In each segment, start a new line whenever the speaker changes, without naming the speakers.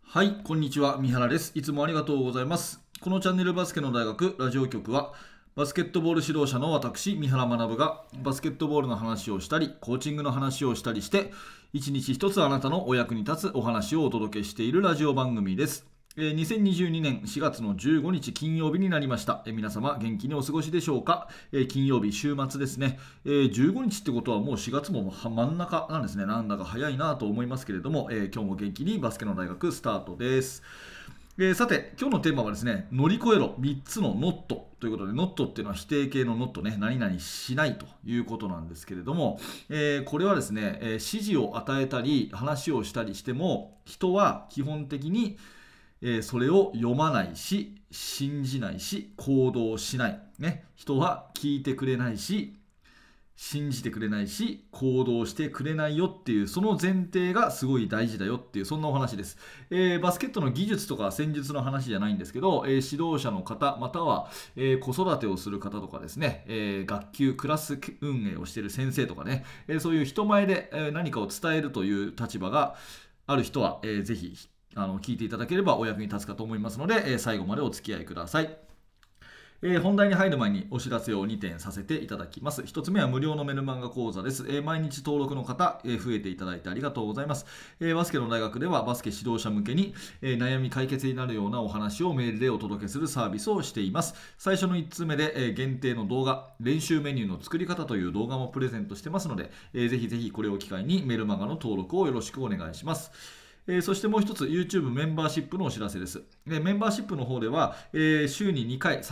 はい、こんにちは。三原です。いつもありがとうございます。このチャンネルバスケの大学ラジオ局は、バスケットボール指導者の私、三原学がバスケットボールの話をしたり、コーチングの話をしたりして、一日一つあなたのお役に立つお話をお届けしているラジオ番組です。2022年4月の15日金曜日になりました。皆様元気にお過ごしでしょうか。金曜日週末ですね。15日ってことはもう4月も真ん中なんですね。なんだか早いなと思いますけれども、今日も元気にバスケの大学スタートです。さて今日のテーマはですね、乗り越えろ3つのノットということで、ノットっていうのは否定形のノットね、何々しないということなんですけれども、これはですね、指示を与えたり話をしたりしても、人は基本的にそれを読まないし、信じないし、行動しない、ね、人は聞いてくれないし、信じてくれないし、行動してくれないよっていう、その前提がすごい大事だよっていう、そんなお話です。バスケットの技術とか戦術の話じゃないんですけど、指導者の方、または、子育てをする方とかですね、学級、クラス運営をしている先生とかね、そういう人前で、何かを伝えるという立場がある人は、ぜひ聞いていただければお役に立つかと思いますので、最後までお付き合いください。本題に入る前にお知らせを2点させていただきます。1つ目は無料のメルマガ講座です。毎日登録の方、増えていただいてありがとうございます。バスケの大学ではバスケ指導者向けに、悩み解決になるようなお話をメールでお届けするサービスをしています。最初の1つ目で、限定の動画、練習メニューの作り方という動画もプレゼントしてますので、ぜひぜひこれを機会にメルマガの登録をよろしくお願いします。そしてもう一つ YouTube メンバーシップのお知らせです。メンバーシップの方では、週に2回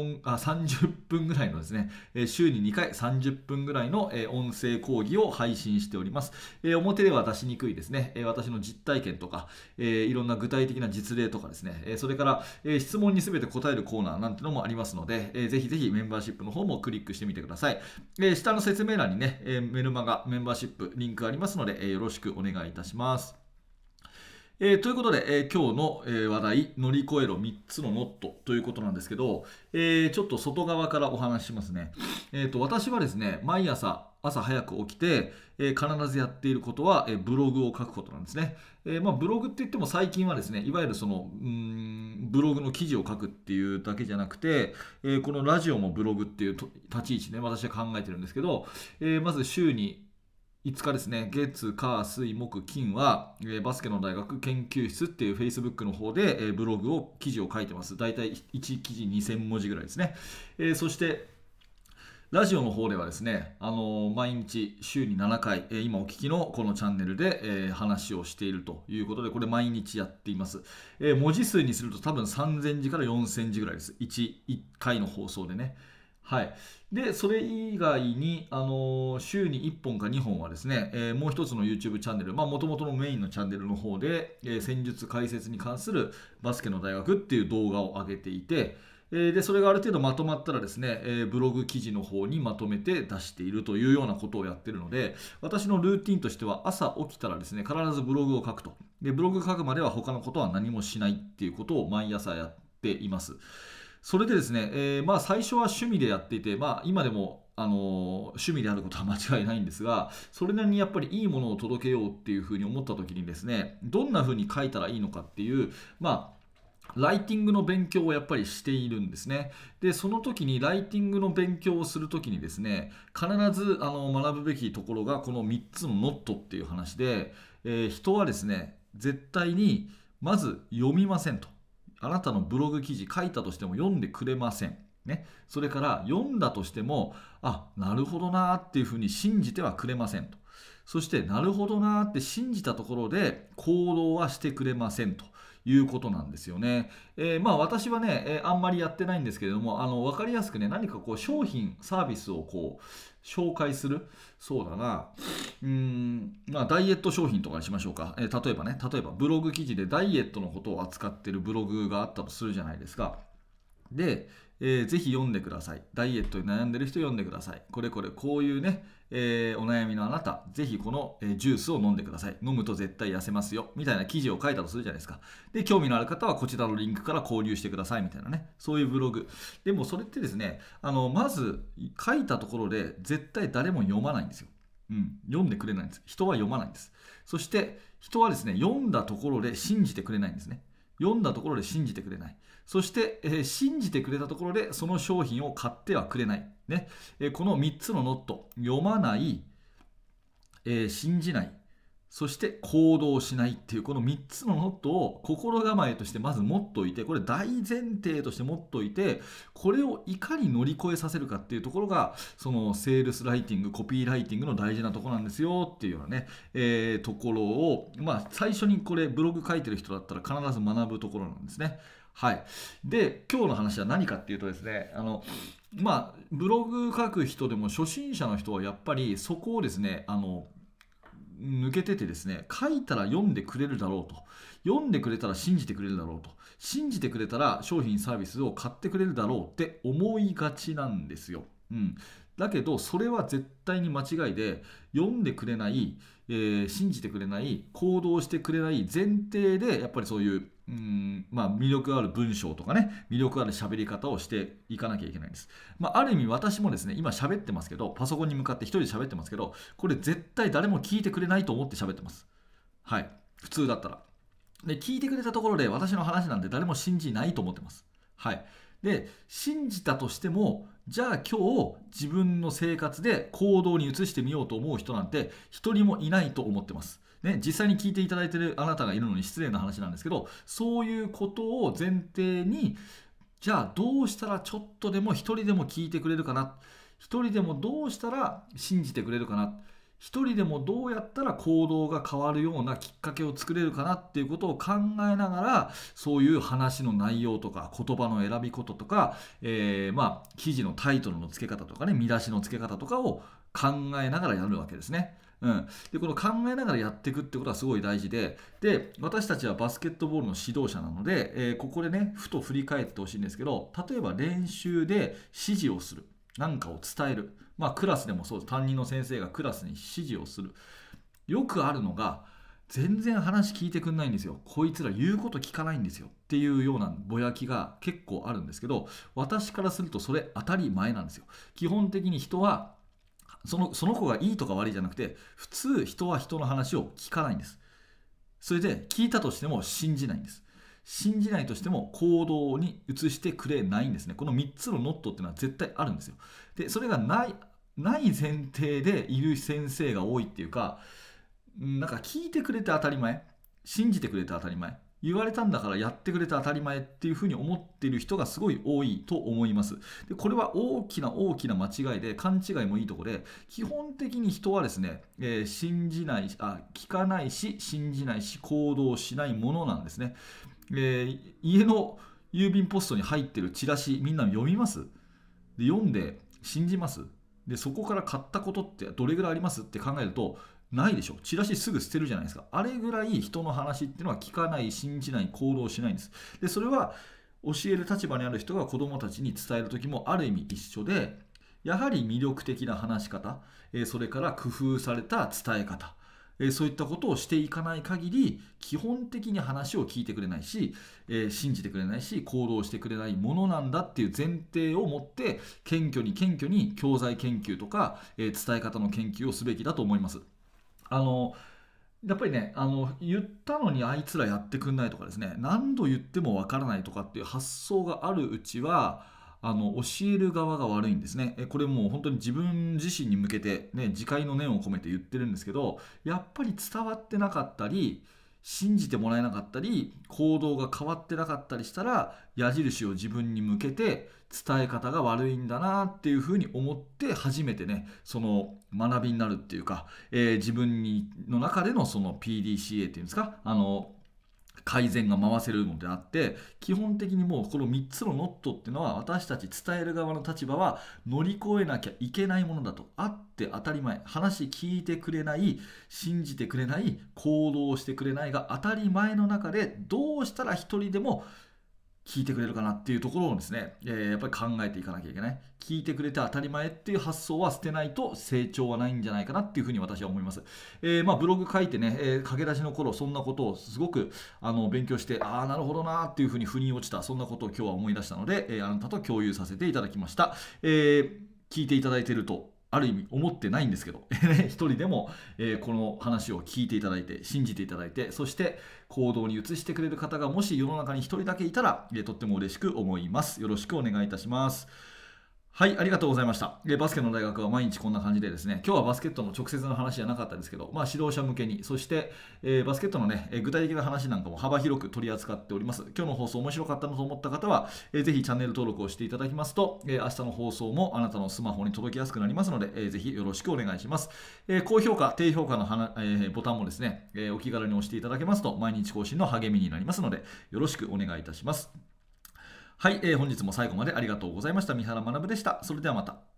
30分ぐらいのですね、週に2回30分ぐらいの、音声講義を配信しております。表では出しにくいですね、私の実体験とか、いろんな具体的な実例とかですね、それから、質問にすべて答えるコーナーなんてのもありますので、ぜひぜひメンバーシップの方もクリックしてみてください。下の説明欄にね、メルマガメンバーシップリンクありますので、よろしくお願いいたします。ということで、今日の、話題、乗り越えろ3つのノットということなんですけど、ちょっと外側からお話ししますね。私はですね、毎朝早く起きて、必ずやっていることは、ブログを書くことなんですね。ブログって言っても最近はですね、いわゆるそのブログの記事を書くっていうだけじゃなくて、このラジオもブログっていう立ち位置ね、私は考えてるんですけど、まず週に5日ですね、月、火、水、木、金は、バスケの大学研究室っていう Facebook の方で、ブログ記事を書いてます。だいたい1記事2000文字ぐらいですね。そして、ラジオの方ではですね、毎日週に7回、今お聞きのこのチャンネルで、話をしているということで、これ毎日やっています。文字数にすると多分3000字から4000字ぐらいです。1回の放送でね。はい。で、それ以外に、週に1本か2本はですね、もう一つの YouTube チャンネル、もともとのメインのチャンネルの方で、戦術解説に関するバスケの大学っていう動画を上げていて、でそれがある程度まとまったらですね、ブログ記事の方にまとめて出しているというようなことをやっているので、私のルーティンとしては朝起きたらですね、必ずブログを書くと。でブログ書くまでは他のことは何もしないっていうことを毎朝やっています。それでですね、最初は趣味でやっていて、今でも趣味であることは間違いないんですが、それなりにやっぱりいいものを届けようっていうふうに思った時にですね、どんなふうに書いたらいいのかっていう、ライティングの勉強をやっぱりしているんですね。で、その時にライティングの勉強をする時にですね、必ず学ぶべきところがこの3つのノットっていう話で、人はですね、絶対にまず読みませんと。あなたのブログ記事書いたとしても読んでくれません。ね、それから読んだとしても、なるほどなっていうふうに信じてはくれませんと。そしてなるほどなって信じたところで行動はしてくれませんということなんですよね。私はね、あんまりやってないんですけれども、分かりやすくね、何かこう商品サービスをこう紹介する。そうだな、ダイエット商品とかにしましょうか。例えばブログ記事でダイエットのことを扱っているブログがあったとするじゃないですか。で、ぜひ読んでください。ダイエットに悩んでる人読んでください。こういうね、お悩みのあなた、ぜひこの、ジュースを飲んでください。飲むと絶対痩せますよ。みたいな記事を書いたとするじゃないですか。で、興味のある方はこちらのリンクから購入してくださいみたいなね。そういうブログ。でもそれってですね、まず書いたところで絶対誰も読まないんですよ。 読んでくれないんです。人は読まないんです。そして人はですね、読んだところで信じてくれないんですね。読んだところで信じてくれない。そして、信じてくれたところでその商品を買ってはくれない。ね。この3つのノット、読まない、信じない、そして行動しないっていうこの3つのノットを心構えとしてまず持っておいて、これ大前提として持っておいて、これをいかに乗り越えさせるかっていうところがそのセールスライティング、コピーライティングの大事なところなんですよっていうようなね、ところを、最初にこれブログ書いてる人だったら必ず学ぶところなんですね。はい。で、今日の話は何かっていうとですね、ブログ書く人でも初心者の人はやっぱりそこをですね、抜けててですね、書いたら読んでくれるだろうと、読んでくれたら信じてくれるだろうと、信じてくれたら商品サービスを買ってくれるだろうって思いがちなんですよ。だけどそれは絶対に間違いで、読んでくれない、信じてくれない、行動してくれない前提でやっぱりそういう魅力ある文章とかね、魅力ある喋り方をしていかなきゃいけないんです。ある意味私もですね、今喋ってますけど、パソコンに向かって一人で喋ってますけど、これ絶対誰も聞いてくれないと思って喋ってます。はい。普通だったら。で、聞いてくれたところで私の話なんて誰も信じないと思ってます。はい。で、信じたとしても、じゃあ今日自分の生活で行動に移してみようと思う人なんて一人もいないと思ってます。ね、実際に聞いていただいているあなたがいるのに失礼な話なんですけど、そういうことを前提に、じゃあどうしたらちょっとでも一人でも聞いてくれるかな、一人でもどうしたら信じてくれるかな、一人でもどうやったら行動が変わるようなきっかけを作れるかなっていうことを考えながら、そういう話の内容とか言葉の選び方とか、記事のタイトルの付け方とかね、見出しの付け方とかを考えながらやるわけですね。でこの考えながらやっていくってことはすごい大事で、私たちはバスケットボールの指導者なので、ここでねふと振り返ってほしいんですけど、例えば練習で指示をする、何かを伝える、クラスでもそうです。担任の先生がクラスに指示をする。よくあるのが、全然話聞いてくんないんですよ、こいつら言うこと聞かないんですよっていうようなぼやきが結構あるんですけど、私からするとそれ当たり前なんですよ。基本的に人はその子がいいとか悪いじゃなくて、普通人は人の話を聞かないんです。それで聞いたとしても信じないんです。信じないとしても行動に移してくれないんですね。この3つのノットっていうのは絶対あるんですよ。でそれがない前提でいる先生が多いっていうか、なんか聞いてくれて当たり前、信じてくれて当たり前、言われたんだからやってくれて当たり前っていうふうに思っている人がすごい多いと思います。でこれは大きな大きな間違いで、勘違いもいいところで、基本的に人はですね、聞かないし信じないし行動しないものなんですね。家の郵便ポストに入ってるチラシみんな読みます？で読んで信じます？でそこから買ったことってどれぐらいありますって考えると、ないでしょ。チラシすぐ捨てるじゃないですか。あれぐらい人の話っていうのは聞かない、信じない、行動しないんです。でそれは教える立場にある人が子どもたちに伝える時もある意味一緒で、やはり魅力的な話し方、それから工夫された伝え方、そういったことをしていかない限り、基本的に話を聞いてくれないし、信じてくれないし、行動してくれないものなんだっていう前提を持って、謙虚に教材研究とか、伝え方の研究をすべきだと思います。やっぱりね、言ったのにあいつらやってくんないとかですね、何度言ってもわからないとかっていう発想があるうちは、教える側が悪いんですね。これもう本当に自分自身に向けて、ね、自戒の念を込めて言ってるんですけど、やっぱり伝わってなかったり、信じてもらえなかったり、行動が変わってなかったりしたら、矢印を自分に向けて伝え方が悪いんだなっていうふうに思って初めてね、その学びになるっていうか、自分の中でのその PDCA っていうんですか、改善が回せるのであって、基本的にもうこの3つのノットっていうのは、私たち伝える側の立場は乗り越えなきゃいけないものだと。あって当たり前、話聞いてくれない、信じてくれない、行動してくれないが当たり前の中で、どうしたら一人でも聞いてくれるかなっていうところをですね、やっぱり考えていかなきゃいけない。聞いてくれて当たり前っていう発想は捨てないと成長はないんじゃないかなっていうふうに私は思います。ブログ書いてね、駆け出しの頃そんなことをすごく勉強して、ああなるほどなっていうふうに腑に落ちた、そんなことを今日は思い出したので、あなたと共有させていただきました。聞いていただいているとある意味思ってないんですけど一人でも、この話を聞いていただいて信じていただいて、そして行動に移してくれる方がもし世の中に一人だけいたら、とっても嬉しく思います。よろしくお願いいたします。はい、ありがとうございました。バスケの大学は毎日こんな感じでですね、今日はバスケットの直接の話じゃなかったですけど、指導者向けに、そして、バスケットのね、具体的な話なんかも幅広く取り扱っております。今日の放送面白かったなと思った方は、ぜひチャンネル登録をしていただきますと、明日の放送もあなたのスマホに届きやすくなりますので、ぜひよろしくお願いします。高評価、低評価のボタンもですね、お気軽に押していただけますと、毎日更新の励みになりますので、よろしくお願いいたします。はい、本日も最後までありがとうございました。三原学でした。それではまた。